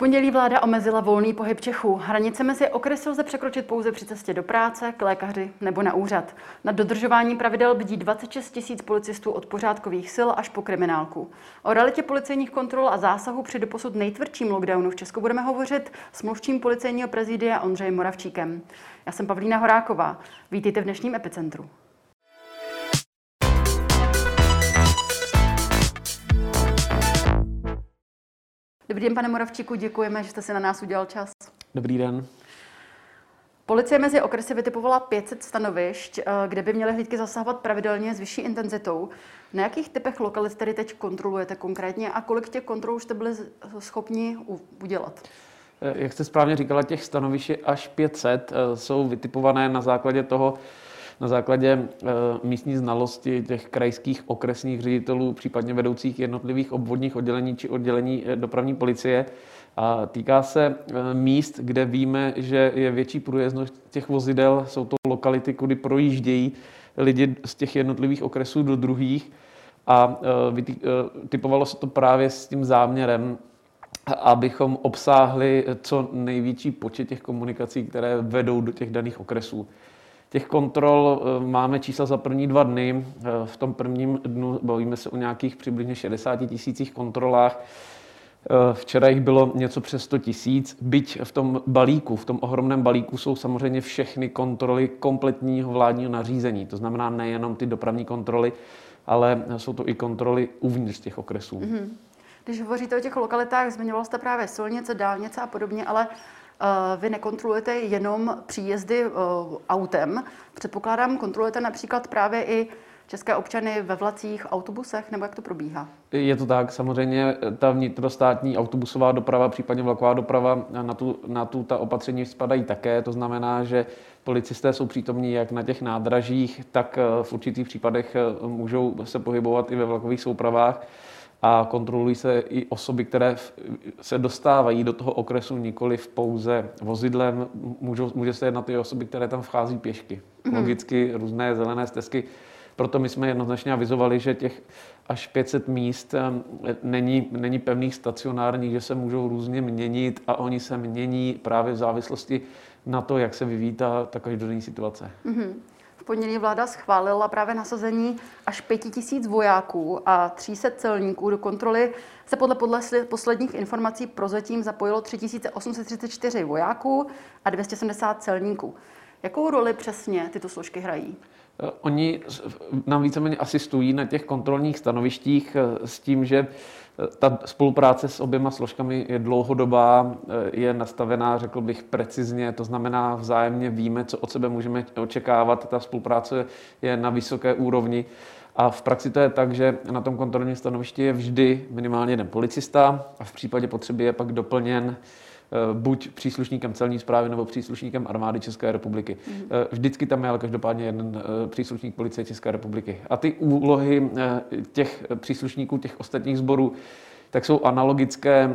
pondělí vláda omezila volný pohyb Čechů. Hranice mezi okresy lze překročit pouze při cestě do práce, k lékaři nebo na úřad. Na dodržování pravidel bdí 26 000 policistů od pořádkových sil až po kriminálku. O realitě policejních kontrol a zásahu při doposud nejtvrdším lockdownu v Česku budeme hovořit s mluvčím policejního prezidia Ondřejem Moravčíkem. Já jsem Pavlína Horáková. Vítejte v dnešním Epicentru. Dobrý den, pane Moravčíku, děkujeme, že jste si na nás udělal čas. Dobrý den. Policie mezi okresy vytipovala 500 stanovišť, kde by měly hlídky zasahovat pravidelně s vyšší intenzitou. Na jakých typech lokalit tedy teď kontrolujete konkrétně a kolik těch kontrol už jste byli schopni udělat? Jak jste správně říkala, těch stanovišť je až 500, jsou vytipované na základě místní znalosti těch krajských okresních ředitelů, případně vedoucích jednotlivých obvodních oddělení či oddělení dopravní policie. A týká se míst, kde víme, že je větší průjezdnost těch vozidel. Jsou to lokality, kudy projíždějí lidi z těch jednotlivých okresů do druhých. A typovalo se to právě s tím záměrem, abychom obsáhli co největší počet těch komunikací, které vedou do těch daných okresů. Těch kontrol máme čísla za první 2 dny. V tom prvním dnu bavíme se o nějakých přibližně 60 000 kontrolách. Včera jich bylo něco přes 100 000. Byť v tom balíku, v tom ohromném balíku jsou samozřejmě všechny kontroly kompletního vládního nařízení. To znamená nejenom ty dopravní kontroly, ale jsou to i kontroly uvnitř těch okresů. Mm-hmm. Když hovoříte o těch lokalitách, zmiňoval jste právě silnice, dálnice a podobně, ale vy nekontrolujete jenom příjezdy autem. Předpokládám, kontrolujete například právě i české občany ve vlacích, autobusech, nebo jak to probíhá? Je to tak, samozřejmě ta vnitrostátní autobusová doprava, případně vlaková doprava, na tu ta opatření spadají také. To znamená, že policisté jsou přítomní jak na těch nádražích, tak v určitých případech můžou se pohybovat i ve vlakových soupravách. A kontrolují se i osoby, které se dostávají do toho okresu nikoliv pouze vozidlem. Může se jednat i osoby, které tam vchází pěšky. Logicky různé zelené stezky. Proto my jsme jednoznačně avizovali, že těch až 500 míst není pevných stacionárních, že se můžou různě měnit a oni se mění právě v závislosti na to, jak se vyvíjí ta každodenní situace. Mm-hmm. V pondělí vláda schválila právě nasazení až 5 000 vojáků a 300 celníků. Do kontroly se podle posledních informací prozatím zapojilo 3 834 vojáků a 270 celníků. Jakou roli přesně tyto složky hrají? Oni nám víceméně asistují na těch kontrolních stanovištích s tím, že ta spolupráce s oběma složkami je dlouhodobá, je nastavená, řekl bych, precizně, to znamená vzájemně víme, co od sebe můžeme očekávat, ta spolupráce je na vysoké úrovni a v praxi to je tak, že na tom kontrolním stanovišti je vždy minimálně jeden policista a v případě potřeby je pak doplněn buď příslušníkem celní správy nebo příslušníkem armády České republiky. Vždycky tam je ale každopádně jeden příslušník policie České republiky. A ty úlohy těch příslušníků, těch ostatních sborů, tak jsou analogické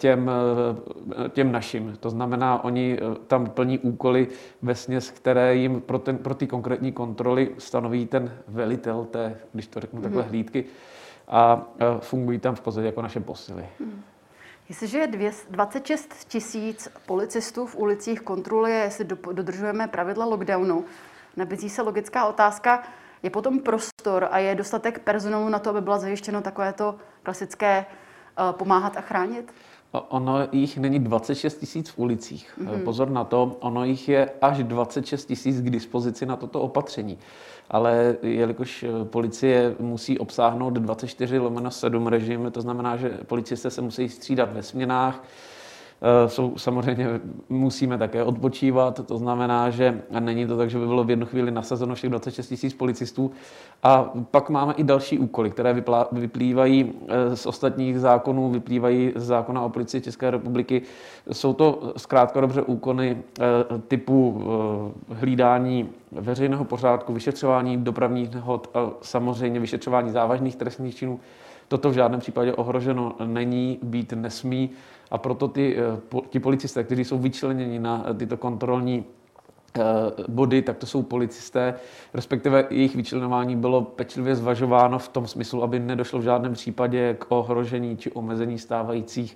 těm našim. To znamená, oni tam plní úkoly vesměs, které jim pro ty konkrétní kontroly stanoví ten velitel té, když to řeknu takhle, hlídky a fungují tam v podstatě jako naše posily. Jestliže je 26 000 policistů v ulicích kontroluje, jestli dodržujeme pravidla lockdownu, nabízí se logická otázka, je potom prostor a je dostatek personálu na to, aby byla zajištěno takovéto klasické pomáhat a chránit? Ono jich není 26 000 v ulicích. Pozor na to, ono jich je až 26 000 k dispozici na toto opatření. Ale jelikož policie musí obsáhnout 24/7 režim, to znamená, že policisté se musí střídat ve směnách, samozřejmě musíme také odpočívat, to znamená, že není to tak, že by bylo v jednu chvíli nasazeno všech 26 000 policistů. A pak máme i další úkoly, které vyplývají z ostatních zákonů, vyplývají z zákona o policii České republiky. Jsou to zkrátka dobře úkony typu hlídání veřejného pořádku, vyšetřování dopravních nehod a samozřejmě vyšetřování závažných trestných činů. Toto v žádném případě ohroženo není, být nesmí a proto ti policisté, kteří jsou vyčleněni na tyto kontrolní body, tak to jsou policisté, respektive jejich vyčlenování bylo pečlivě zvažováno v tom smyslu, aby nedošlo v žádném případě k ohrožení či omezení stávajících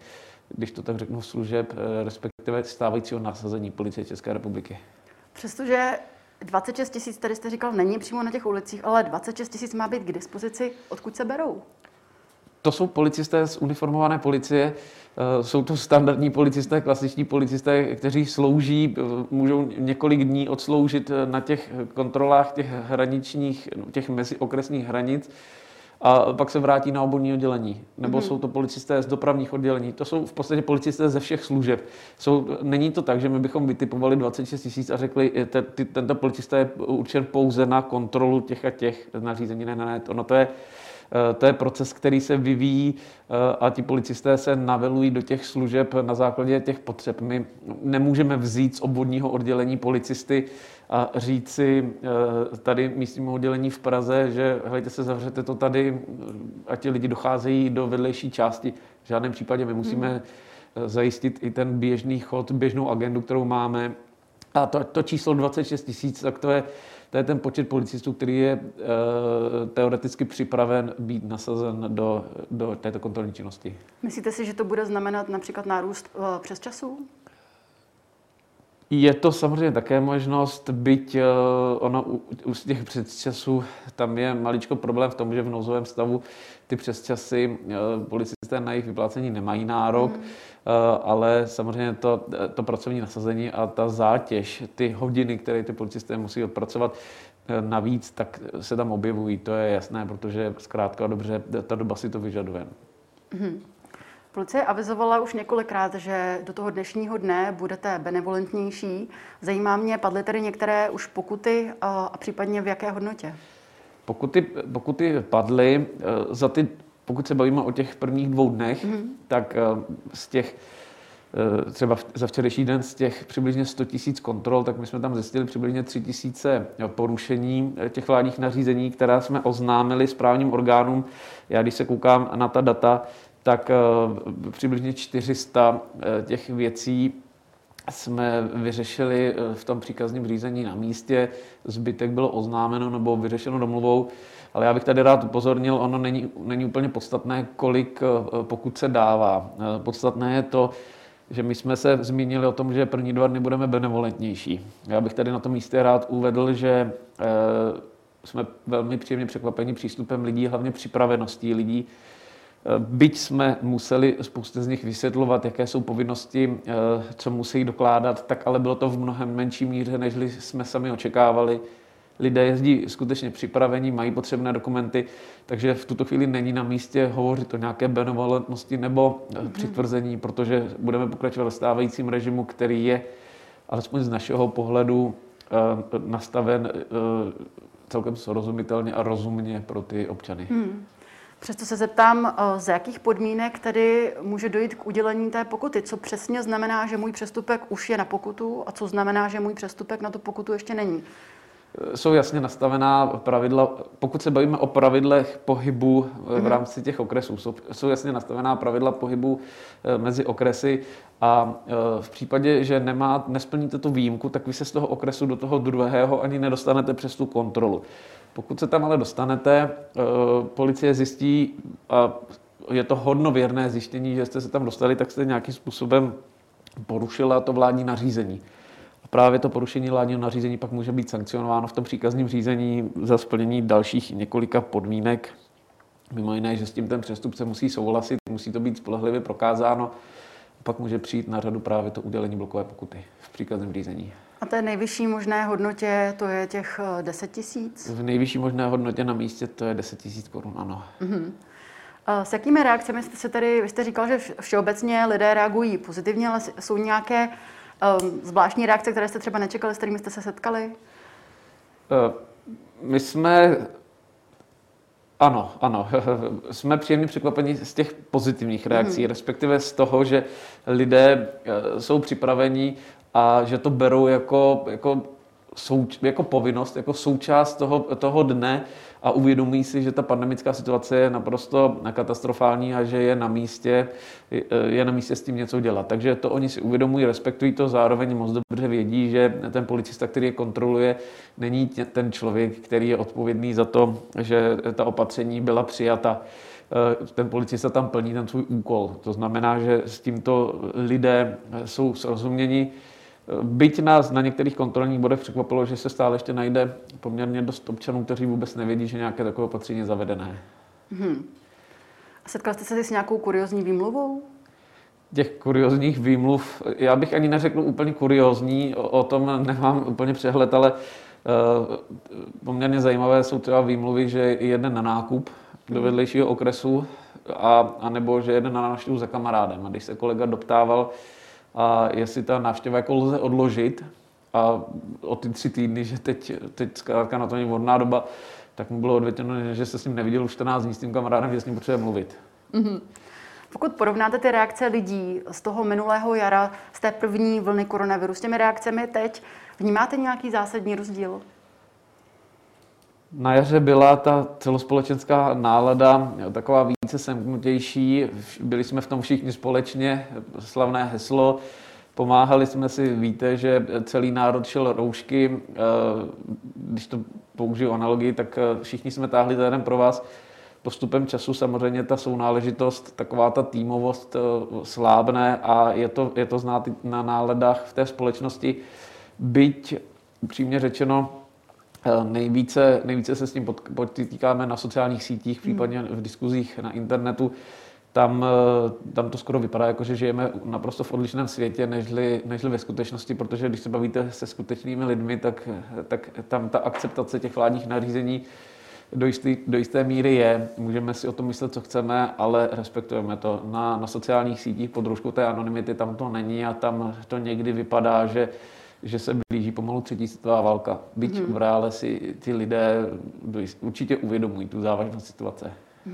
když to tak řeknu, služeb, respektive stávajícího nasazení Policie České republiky. Přestože 26 000, tady jste říkal, není přímo na těch ulicích, ale 26 000 má být k dispozici, odkud se berou? To jsou policisté z uniformované policie, jsou to standardní policisté, klasiční policisté, kteří slouží, můžou několik dní odsloužit na těch kontrolách těch hraničních, těch meziokresních hranic a pak se vrátí na obvodní oddělení. Nebo jsou to policisté z dopravních oddělení. To jsou v podstatě policisté ze všech služeb. Není to tak, že my bychom vytipovali 26 000 a řekli, tento policista je určen pouze na kontrolu těch a těch nařízení. Ne. To je proces, který se vyvíjí a ti policisté se navelují do těch služeb na základě těch potřeb. My nemůžeme vzít z obvodního oddělení policisty a říct si tady místnímu oddělení v Praze, že hejte se, zavřete to tady a ti lidi docházejí do vedlejší části. V žádném případě my musíme zajistit i ten běžný chod, běžnou agendu, kterou máme. A to číslo 26 000, tak to je ten počet policistů, který je teoreticky připraven být nasazen do této kontrolní činnosti. Myslíte si, že to bude znamenat například nárůst přesčasů? Je to samozřejmě také možnost, byť ono u těch přesčasů tam je maličko problém v tom, že v nouzovém stavu ty přesčasy policisté na jejich vyplácení nemají nárok, ale samozřejmě to pracovní nasazení a ta zátěž, ty hodiny, které ty policisté musí odpracovat navíc, tak se tam objevují. To je jasné, protože zkrátka dobře ta doba si to vyžaduje. Policie avizovala už několikrát, že do toho dnešního dne budete benevolentnější. Zajímá mě, padly tady některé už pokuty a případně v jaké hodnotě? Pokuty padly pokud se bavíme o těch prvních 2 dnech, tak z těch třeba za včerejší den z těch přibližně 100 000 kontrol, tak my jsme tam zjistili přibližně 3 000 porušení těch vládních nařízení, která jsme oznámili správním orgánům. Já když se koukám na ta data, tak přibližně 400 těch věcí jsme vyřešili v tom příkazním řízení na místě, zbytek bylo oznámeno nebo vyřešeno domluvou, ale já bych tady rád upozornil, ono není úplně podstatné, kolik pokud se dává. Podstatné je to, že my jsme se zmínili o tom, že první 2 dny budeme benevolentnější. Já bych tady na tom místě rád uvedl, že jsme velmi příjemně překvapeni přístupem lidí, hlavně připraveností lidí. Byť jsme museli spoustě z nich vysvětlovat, jaké jsou povinnosti, co musí dokládat, tak ale bylo to v mnohem menší míře, než jsme sami očekávali. Lidé jezdí skutečně připravení, mají potřebné dokumenty, takže v tuto chvíli není na místě hovořit o nějaké benevolentnosti nebo přitvrzení, protože budeme pokračovat ve stávajícím režimu, který je alespoň z našeho pohledu nastaven celkem srozumitelně a rozumně pro ty občany. Přesto se zeptám, z jakých podmínek tedy může dojít k udělení té pokuty? Co přesně znamená, že můj přestupek už je na pokutu a co znamená, že můj přestupek na tu pokutu ještě není? Jsou jasně nastavená pravidla, pokud se bavíme o pravidlech pohybu v rámci těch okresů, jsou jasně nastavená pravidla pohybu mezi okresy a v případě, že nesplníte tu výjimku, tak vy se z toho okresu do toho druhého ani nedostanete přes tu kontrolu. Pokud se tam ale dostanete, policie zjistí, a je to hodnověrné zjištění, že jste se tam dostali, tak jste nějakým způsobem porušila to vládní nařízení. A právě to porušení vládního nařízení pak může být sankcionováno v tom příkazním řízení za splnění dalších několika podmínek. Mimo jiné, že s tím ten přestupce musí souhlasit, musí to být spolehlivě prokázáno. A pak může přijít na řadu právě to udělení blokové pokuty v příkazném řízení. A té nejvyšší možné hodnotě, to je těch 10 000? V nejvyšší možné hodnotě na místě to je 10 000 korun, ano. S jakými reakcemi jste se tady, vy jste říkal, že všeobecně lidé reagují pozitivně, ale jsou nějaké zvláštní reakce, které jste třeba nečekali, s kterými jste se setkali? My jsme... Ano. Jsme příjemně překvapeni z těch pozitivních reakcí, respektive z toho, že lidé jsou připraveni a že to berou jako povinnost, jako součást toho dne a uvědomují si, že ta pandemická situace je naprosto katastrofální a že je na místě s tím něco dělat. Takže to oni si uvědomují, respektují to, zároveň moc dobře vědí, že ten policista, který je kontroluje, není ten člověk, který je odpovědný za to, že ta opatření byla přijata. ten policista tam plní ten svůj úkol. To znamená, že s tímto lidé jsou srozuměni. Byť nás na některých kontrolních bodech překvapilo, že se stále ještě najde poměrně dost občanů, kteří vůbec nevědí, že nějaké takové opatření je zavedené. A setkal jste se s nějakou kuriózní výmluvou? Těch kuriózních výmluv, já bych ani neřekl úplně kuriózní, o tom nemám úplně přehled, ale poměrně zajímavé jsou třeba výmluvy, že jede na nákup do vedlejšího okresu, a nebo že jede na návštěvu za kamarádem. A když se kolega doptával, a jestli ta návštěva jako lze odložit a o ty 3 týdny, že teď zkrátka na to není vhodná doba, tak mu bylo odvětěno, že se s ním neviděl už 14 dní s tím kamarádem, že s ním potřebuje mluvit. Pokud porovnáte ty reakce lidí z toho minulého jara, z té první vlny koronaviru, s těmi reakcemi teď, vnímáte nějaký zásadní rozdíl? Na jaře byla ta celospolečenská nálada taková více semknutější. Byli jsme v tom všichni společně, slavné heslo. Pomáhali jsme si, víte, že celý národ šel roušky. Když to použiju analogii, tak všichni jsme táhli za jeden pro vás. Postupem času samozřejmě ta sounáležitost, taková ta týmovost slábne a je to znát na náladách v té společnosti. Byť, upřímně řečeno, nejvíce se s tím potýkáme na sociálních sítích, případně v diskuzích na internetu. Tam to skoro vypadá jako, že žijeme naprosto v odlišném světě, nežli ve skutečnosti, protože když se bavíte se skutečnými lidmi, tak tam ta akceptace těch vládních nařízení do jisté míry je. Můžeme si o tom myslet, co chceme, ale respektujeme to. Na sociálních sítích pod rouškou té anonymity tam to není a tam to někdy vypadá, že se blíží pomalu 3. světová válka. Byť v reále si ti lidé určitě uvědomují tu závažnost situace.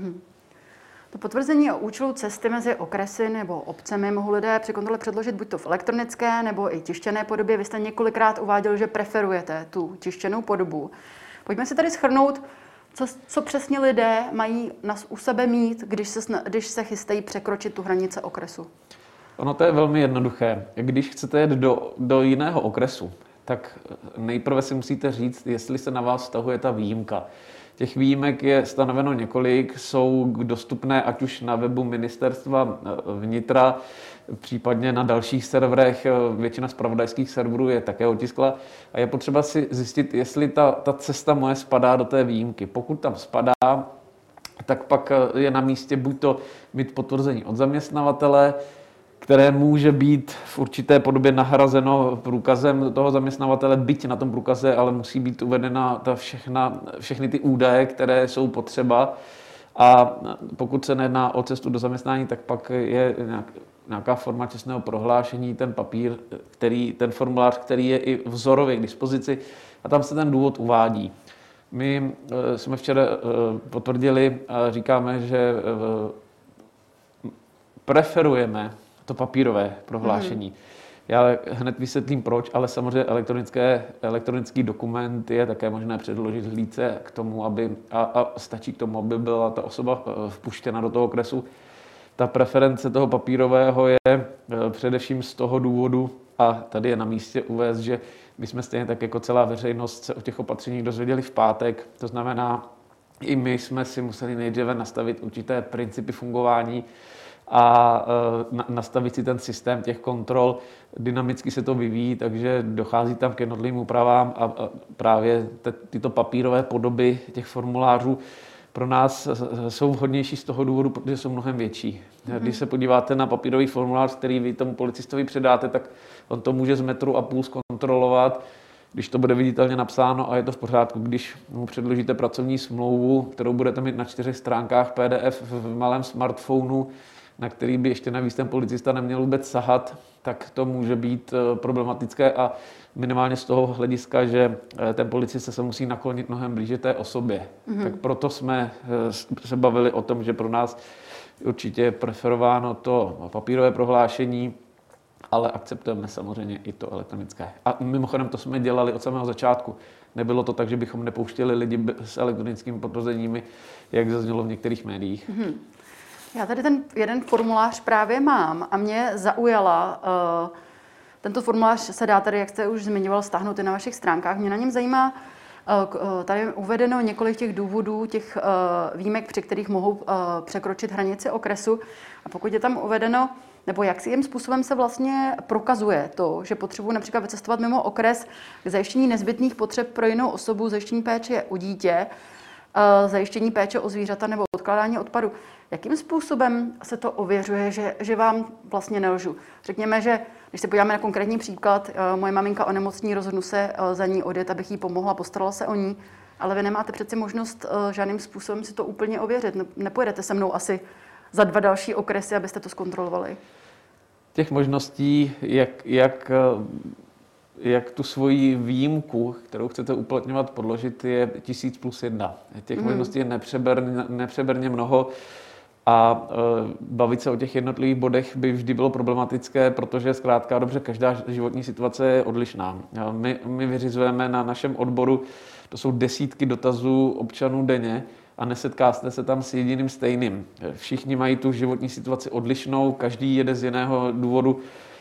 To potvrzení o účelu cesty mezi okresy nebo obcemi mohou lidé při kontrole předložit buď to v elektronické nebo i tištěné podobě. Vy jste několikrát uváděl, že preferujete tu tištěnou podobu. Pojďme si tady shrnout, co přesně lidé mají u sebe mít, když se chystají překročit tu hranici okresu. Ono to je velmi jednoduché. Když chcete jet do jiného okresu, tak nejprve si musíte říct, jestli se na vás vztahuje ta výjimka. Těch výjimek je stanoveno několik, jsou dostupné ať už na webu Ministerstva vnitra, případně na dalších serverech, většina zpravodajských serverů je také otiskla a je potřeba si zjistit, jestli ta cesta moje spadá do té výjimky. Pokud tam spadá, tak pak je na místě buď to mít potvrzení od zaměstnavatele, které může být v určité podobě nahrazeno průkazem toho zaměstnavatele, byť na tom průkaze, ale musí být uvedena všechny ty údaje, které jsou potřeba. A pokud se nejedná o cestu do zaměstnání, tak pak je nějaká forma čestného prohlášení, ten papír, ten formulář, který je i vzorově k dispozici a tam se ten důvod uvádí. My jsme včera potvrdili a říkáme, že preferujeme to papírové prohlášení. Já hned vysvětlím proč, ale samozřejmě elektronický dokument je také možné předložit hlídce k tomu, a stačí k tomu, aby byla ta osoba vpuštěna do toho okresu. Ta preference toho papírového je především z toho důvodu, a tady je na místě uvést, že my jsme stejně tak jako celá veřejnost se o těch opatřeních dozvěděli v pátek. To znamená, i my jsme si museli nejdříve nastavit určité principy fungování a nastavit si ten systém těch kontrol. Dynamicky se to vyvíjí, takže dochází tam k jednotlivým úpravám a právě tyto papírové podoby těch formulářů pro nás jsou vhodnější z toho důvodu, protože jsou mnohem větší. Když se podíváte na papírový formulář, který vy tomu policistovi předáte, tak on to může z 1,5 metru zkontrolovat, když to bude viditelně napsáno a je to v pořádku. Když mu předložíte pracovní smlouvu, kterou budete mít na 4 stránkách PDF v malém smartphonu, na který by ještě navíc ten policista neměl vůbec sahat, tak to může být problematické a minimálně z toho hlediska, že ten policista se musí naklonit mnohem blíže té osobě. Tak proto jsme se bavili o tom, že pro nás určitě je preferováno to papírové prohlášení, ale akceptujeme samozřejmě i to elektronické. A mimochodem to jsme dělali od samého začátku. Nebylo to tak, že bychom nepouštěli lidi s elektronickými potvrzeními, jak zaznělo v některých médiích. Já tady ten jeden formulář právě mám a mě zaujala. Tento formulář se dá tady, jak jste už zmiňoval, stáhnout i na vašich stránkách. Mě na něm zajímá, Tady je uvedeno několik těch důvodů, těch výjimek, při kterých mohou překročit hranici okresu. A pokud je tam uvedeno, nebo jakým způsobem se vlastně prokazuje to, že potřebuji například vycestovat mimo okres k zajištění nezbytných potřeb pro jinou osobu, zajištění péče o dítě, zajištění péče o zvířata nebo odkládání odpadu. Jakým způsobem se to ověřuje, že vám vlastně nelžu? Řekněme, že když se podíváme na konkrétní příklad, moje maminka onemocní, rozhodnu se za ní odjet, abych jí pomohla, postarala se o ní, ale vy nemáte přeci možnost žádným způsobem si to úplně ověřit. Nepojedete se mnou asi za 2 další okresy, abyste to zkontrolovali. Těch možností, jak tu svoji výjimku, kterou chcete uplatňovat, podložit, je 1000+1. Těch možností je nepřeberně mnoho a bavit se o těch jednotlivých bodech by vždy bylo problematické, protože zkrátka dobře, každá životní situace je odlišná. My vyřizujeme na našem odboru, to jsou desítky dotazů občanů denně, a nesetkáte se tam s jediným stejným. Všichni mají tu životní situaci odlišnou, každý jede z jiného důvodu.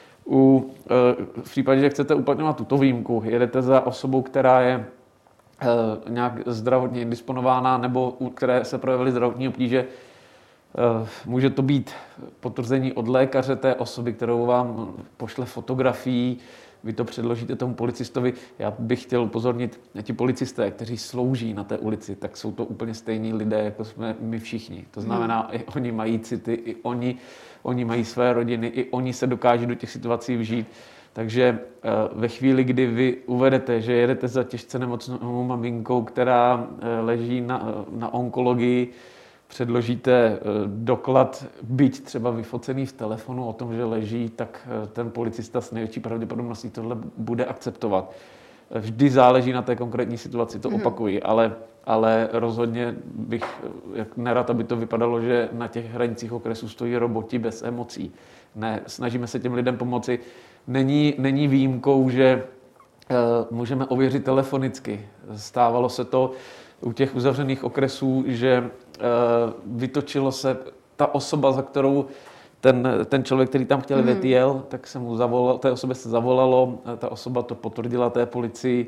V případě, že chcete uplatňovat tuto výjimku, jedete za osobou, která je nějak zdravotně indisponována nebo u které se projevily zdravotní obtíže, může to být potvrzení od lékaře té osoby, kterou vám pošle fotografii, vy to předložíte tomu policistovi. Já bych chtěl upozornit, ti policisté, kteří slouží na té ulici, tak jsou to úplně stejní lidé, jako jsme my všichni. To znamená, i oni mají city, i oni mají své rodiny, i oni se dokáží do těch situací vžít. Takže ve chvíli, kdy vy uvedete, že jedete za těžce nemocnou maminkou, která leží na onkologii, předložíte doklad, byť třeba vyfocený v telefonu o tom, že leží, tak ten policista s největší pravděpodobností tohle bude akceptovat. Vždy záleží na té konkrétní situaci, to opakuji, ale rozhodně bych nerad, aby to vypadalo, že na těch hranicích okresu stojí roboti bez emocí. Ne, snažíme se těm lidem pomoci. Není výjimkou, že můžeme ověřit telefonicky. Stávalo se to u těch uzavřených okresů, že vytočilo se ta osoba, za kterou ten člověk, který tam chtěl vet, jel, tak se mu zavolalo, té osobě se zavolalo, ta osoba to potvrdila té policii.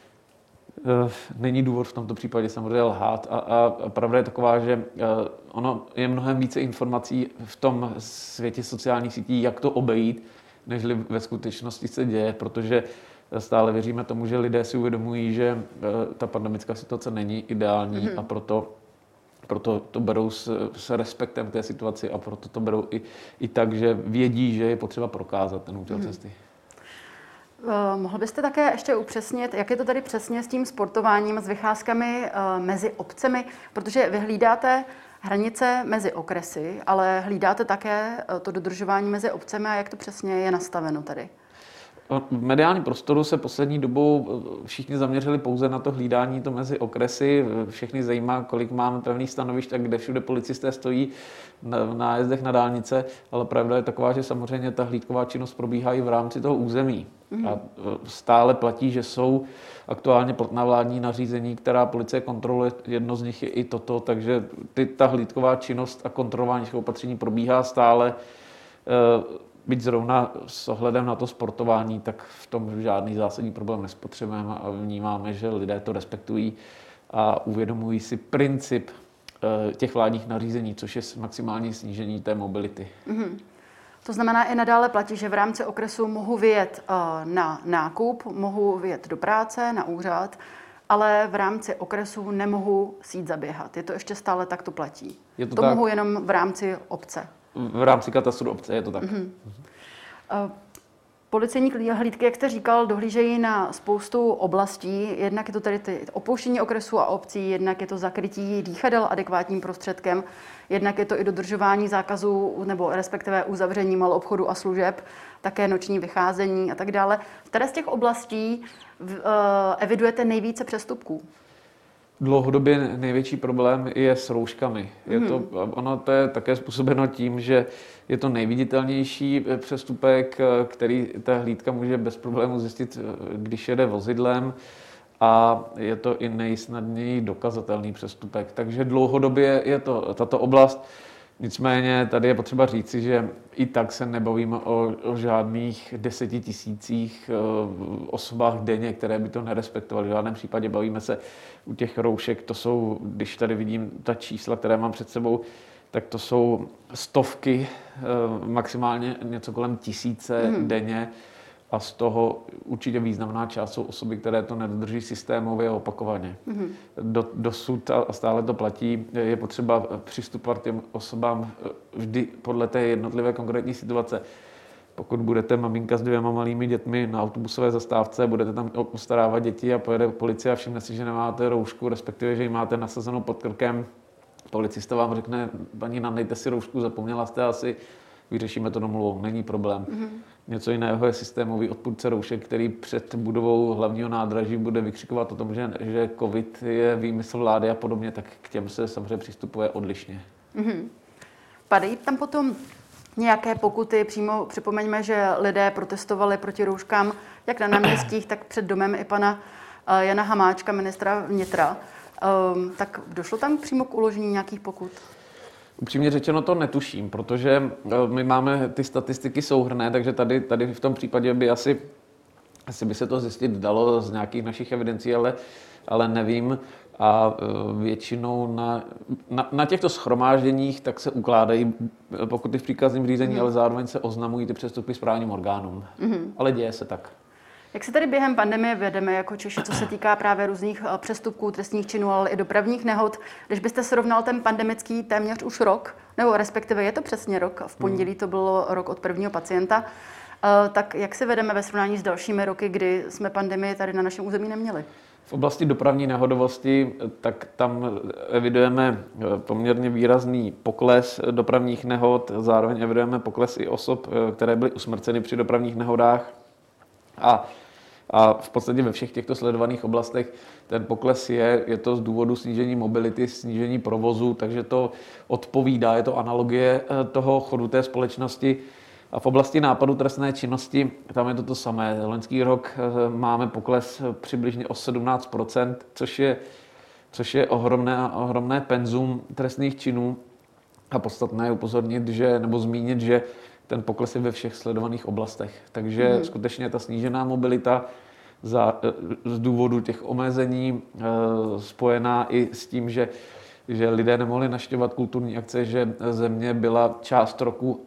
Není důvod v tomto případě samozřejmě lhát a pravda je taková, že ono je mnohem více informací v tom světě sociálních sítí, jak to obejít, nežli ve skutečnosti se děje, protože stále věříme tomu, že lidé si uvědomují, že ta pandemická situace není ideální a proto to berou s respektem k té situaci a proto to berou i tak, že vědí, že je potřeba prokázat ten účel cesty. Mohl byste také ještě upřesnit, jak je to tady přesně s tím sportováním, s vycházkami mezi obcemi, protože vy hlídáte hranice mezi okresy, ale hlídáte také to dodržování mezi obcemi a jak to přesně je nastaveno tady? V mediálním prostoru se poslední dobou všichni zaměřili pouze na to hlídání to mezi okresy. Všechny zajímá, kolik máme pevných stanovišť a kde všude policisté stojí na nájezdech na dálnice, ale pravda je taková, že samozřejmě ta hlídková činnost probíhá i v rámci toho území. A stále platí, že jsou aktuálně platná vládní nařízení, která policie kontroluje, jedno z nich je i toto, takže ta hlídková činnost a kontrolování těch opatření probíhá stále. Byť zrovna s ohledem na to sportování, tak v tom žádný zásadní problém nespotřebujeme a vnímáme, že lidé to respektují a uvědomují si princip těch vládních nařízení, což je maximální snížení té mobility. To znamená, i nadále platí, že v rámci okresu mohu vyjet na nákup, mohu vyjet do práce, na úřad, ale v rámci okresu nemohu si jít zaběhat. Je to ještě stále takto platí? To mohu jenom v rámci obce? V rámci katastru obce je to tak. Policejní hlídky, jak jste říkal, dohlížejí na spoustu oblastí. Jednak je to tady opouštění okresu a obcí, jednak je to zakrytí dýchadel adekvátním prostředkem, jednak je to i dodržování zákazů nebo respektive uzavření maloobchodu a služeb, také noční vycházení a tak dále. V které z těch oblastí evidujete nejvíce přestupků? Dlouhodobě největší problém je s rouškami. Ono to je také způsobeno tím, že je to nejviditelnější přestupek, který ta hlídka může bez problému zjistit, když jede vozidlem, a je to i nejsnadněji dokazatelný přestupek. Takže dlouhodobě je to tato oblast. Nicméně tady je potřeba říci, že i tak se nebavíme o žádných 10 000 osobách denně, které by to nerespektovaly. V žádném případě bavíme se u těch roušek, to jsou, když tady vidím ta čísla, které mám před sebou, tak to jsou stovky, maximálně něco kolem 1000 denně. A z toho určitě významná část jsou osoby, které to nedodrží systémově a opakovaně. Dosud, a stále to platí, je potřeba přistupovat těm osobám vždy podle té jednotlivé konkrétní situace. Pokud budete maminka s 2 malými dětmi na autobusové zastávce, budete tam postarávat děti a pojede policie a všimne si, že nemáte roušku, respektive, že ji máte nasazenou pod krkem, policista vám řekne, paní, nandejte si roušku, zapomněla jste asi, vyřešíme to domluvou, není problém. Něco jiného je systémový odpůrce roušek, který před budovou hlavního nádraží bude vykřikovat o tom, že covid je výmysl vlády a podobně, tak k těm se samozřejmě přistupuje odlišně. Padají tam potom nějaké pokuty? Přímo připomeňme, že lidé protestovali proti rouškám jak na náměstích, tak před domem i pana Jana Hamáčka, ministra vnitra. Tak došlo tam přímo k uložení nějakých pokut? Upřímně řečeno to netuším, protože my máme ty statistiky souhrnné, takže tady v tom případě by asi by se to zjistit dalo z nějakých našich evidencí, ale nevím. A většinou na těchto shromážděních tak se ukládají pokuty v příkazním řízení, ale zároveň se oznamují ty přestupky správním orgánům. Ale děje se tak. Jak se tady během pandemie vedeme jako Češi, co se týká právě různých přestupků, trestních činů, ale i dopravních nehod? Když byste srovnal ten pandemický téměř už rok, nebo respektive je to přesně rok, v pondělí to bylo rok od prvního pacienta, tak jak se vedeme ve srovnání s dalšími roky, kdy jsme pandemii tady na našem území neměli? V oblasti dopravní nehodovosti, tak tam evidujeme poměrně výrazný pokles dopravních nehod, zároveň evidujeme pokles i osob, které byly usmrceny při dopravních nehodách. A v podstatě ve všech těchto sledovaných oblastech ten pokles je to z důvodu snížení mobility, snížení provozu, takže to odpovídá, je to analogie toho chodu té společnosti. A v oblasti nápadu trestné činnosti, tam je to samé. Loňský rok máme pokles přibližně o 17%, což je ohromné penzum trestných činů. A podstatné je upozornit, nebo zmínit, že ten pokles je ve všech sledovaných oblastech. Takže skutečně ta snížená mobilita z důvodu těch omezení spojená i s tím, že lidé nemohli navštěvovat kulturní akce, že země byla část roku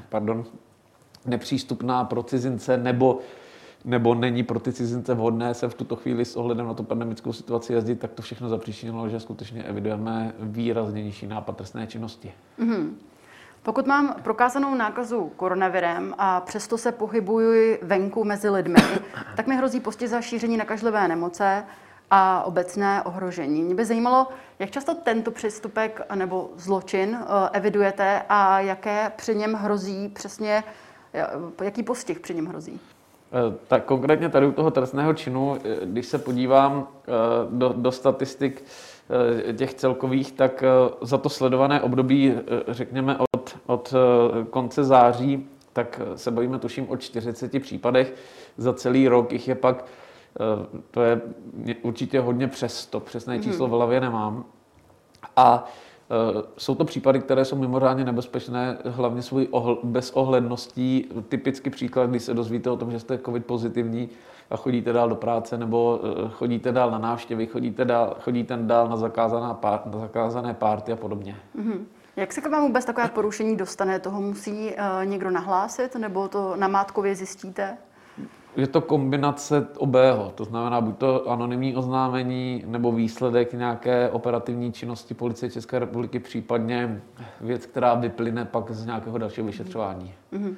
nepřístupná pro cizince nebo není pro ty cizince vhodné se v tuto chvíli s ohledem na tu pandemickou situaci jezdit, tak to všechno zapříčinilo, že skutečně evidujeme výrazně nižší nápad trestné činnosti. Pokud mám prokázanou nákazu koronavirem a přesto se pohybuji venku mezi lidmi, tak mi hrozí postih za šíření nakažlivé nemoce a obecné ohrožení. Mě by zajímalo, jak často tento přestupek nebo zločin evidujete a jaké při něm hrozí přesně, jaký postih při něm hrozí? Tak konkrétně tady u toho trestného činu, když se podívám do statistik těch celkových, tak za to sledované období, řekněme od konce září, tak se bavíme tuším o 40 případech. Za celý rok jich je pak, to je určitě hodně přes to, přesné číslo v hlavě nemám. A jsou to případy, které jsou mimořádně nebezpečné, hlavně svojí bezohledností. Typický příklad, když se dozvíte o tom, že jste covid pozitivní a chodíte dál do práce nebo chodíte dál na návštěvy, chodíte dál na zakázané párty a podobně. Jak se k vám vůbec takové porušení dostane? Toho musí někdo nahlásit nebo to namátkově zjistíte? Je to kombinace obého, to znamená buď to anonymní oznámení nebo výsledek nějaké operativní činnosti Policie České republiky, případně věc, která vyplyne pak z nějakého dalšího vyšetřování.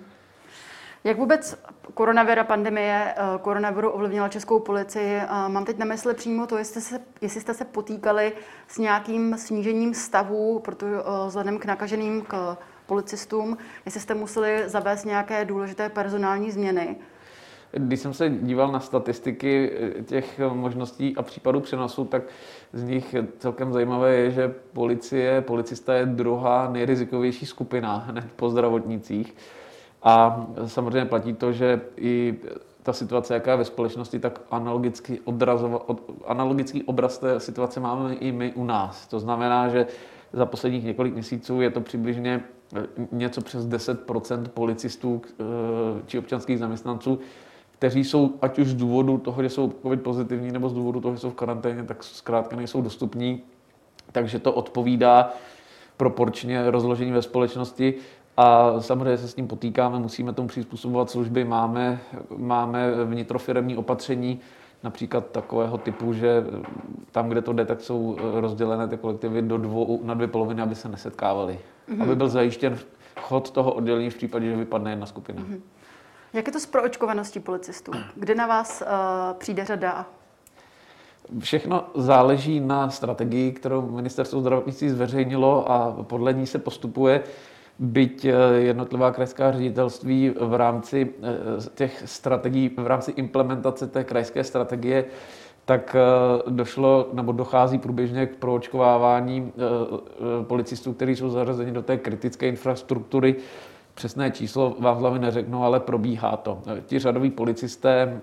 Jak vůbec pandemie koronaviru ovlivnila českou policii? Mám teď na mysli přímo to, jestli jste se potýkali s nějakým snížením stavu, protože vzhledem k nakaženým k policistům, jestli jste museli zavést nějaké důležité personální změny. Když jsem se díval na statistiky těch možností a případů přenosu, tak z nich celkem zajímavé je, že policista je druhá nejrizikovější skupina hned po zdravotnících. A samozřejmě platí to, že i ta situace, jaká je ve společnosti, tak analogický obraz té situace máme i my u nás. To znamená, že za posledních několik měsíců je to přibližně něco přes 10% policistů či občanských zaměstnanců, kteří jsou, ať už z důvodu toho, že jsou covid pozitivní, nebo z důvodu toho, že jsou v karanténě, tak zkrátka nejsou dostupní. Takže to odpovídá proporčně rozložení ve společnosti a samozřejmě se s tím potýkáme, musíme tomu přizpůsobovat služby, máme vnitrofiremní opatření, například takového typu, že tam, kde to jde, tak jsou rozdělené ty kolektivy na dvě poloviny, aby se nesetkávaly. Aby byl zajištěn chod toho oddělení v případě, že vypadne jedna skupina. Jak je to s proočkovaností policistů? Kdy na vás přijde řada? Všechno záleží na strategii, kterou Ministerstvo zdravotnictví zveřejnilo a podle ní se postupuje, byť jednotlivá krajská ředitelství v rámci těch strategií, v rámci implementace té krajské strategie, tak došlo nebo dochází průběžně k proočkovávání policistů, kteří jsou zařazeni do té kritické infrastruktury. Přesné číslo vám z hlavy neřeknu, ale probíhá to. Ti řadoví policisté,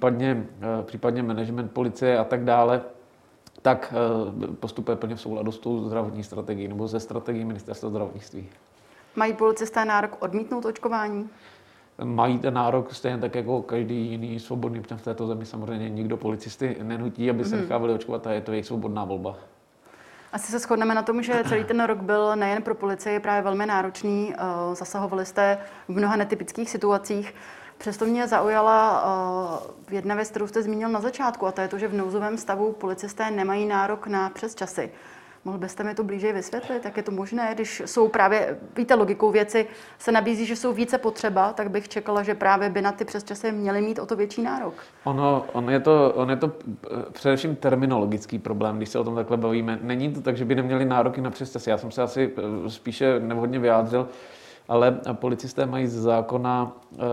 případně management policie a tak dále, tak postupuje plně v souladu s tou zdravotní strategií nebo ze strategií Ministerstva zdravotnictví. Mají policisté nárok odmítnout očkování? Mají ten nárok stejně tak jako každý jiný svobodný občan v této zemi. Samozřejmě nikdo policisty nenutí, aby se nechávali očkovat a je to jejich svobodná volba. Asi se shodneme na tom, že celý ten rok byl nejen pro policii právě velmi náročný. Zasahovali jste v mnoha netypických situacích. Přesto mě zaujala jedna věc, kterou jste zmínil na začátku, a to je to, že v nouzovém stavu policisté nemají nárok na přesčasy. Mohl byste mi to blíže vysvětlit, jak je to možné, když jsou právě, víte, logikou věci se nabízí, že jsou více potřeba, tak bych čekala, že právě by na ty přesčasy měli mít o to větší nárok. On je to především terminologický problém, když se o tom takhle bavíme. Není to tak, že by neměli nároky na přesčasy. Já jsem se asi spíše nevhodně vyjádřil, ale policisté mají z zákona,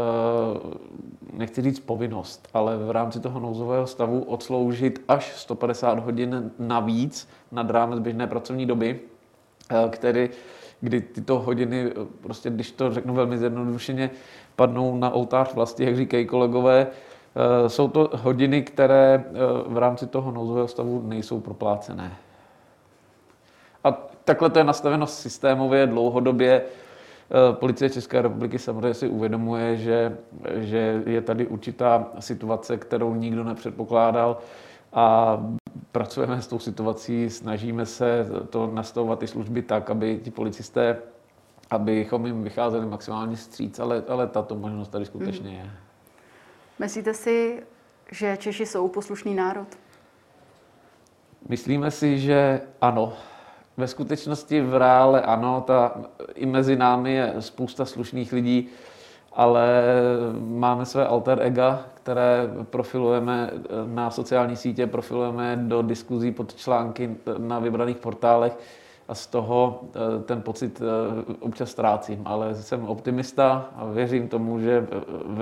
nechci říct povinnost, ale v rámci toho nouzového stavu odsloužit až 150 hodin navíc nad rámec běžné pracovní doby, kdy tyto hodiny, prostě když to řeknu velmi zjednodušeně, padnou na oltář vlasti, jak říkají kolegové. Jsou to hodiny, které v rámci toho nouzového stavu nejsou proplácené. A takhle to je nastaveno systémově, dlouhodobě. Policie České republiky samozřejmě si uvědomuje, že je tady určitá situace, kterou nikdo nepředpokládal a pracujeme s tou situací, snažíme se to nastavovat ty služby tak, aby ti policisté, abychom jim vycházeli maximálně vstříc, ale tato možnost tady skutečně je. Myslíte si, že Češi jsou poslušný národ? Myslíme si, že ano. Ve skutečnosti v reále ano, i mezi námi je spousta slušných lidí, ale máme své alter ega, které profilujeme na sociální sítě, profilujeme do diskuzí pod články na vybraných portálech a z toho ten pocit občas ztrácím. Ale jsem optimista a věřím tomu, že v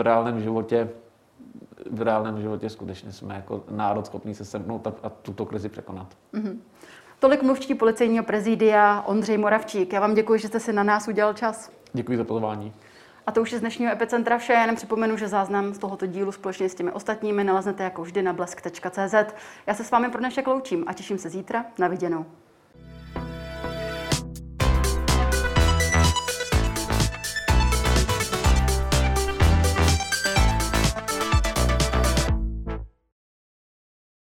reálném životě skutečně jsme jako národ schopní se semknout a tuto krizi překonat. Mm-hmm. Tolik mluvčí policejního prezidia Ondřej Moravčík. Já vám děkuji, že jste si na nás udělal čas. Děkuji za pozvání. A to už je z dnešního Epicentra vše. Jenom připomenu, že záznam z tohoto dílu společně s těmi ostatními naleznete jako vždy na blesk.cz. Já se s vámi pro dnešek loučím a těším se zítra. Na viděnou.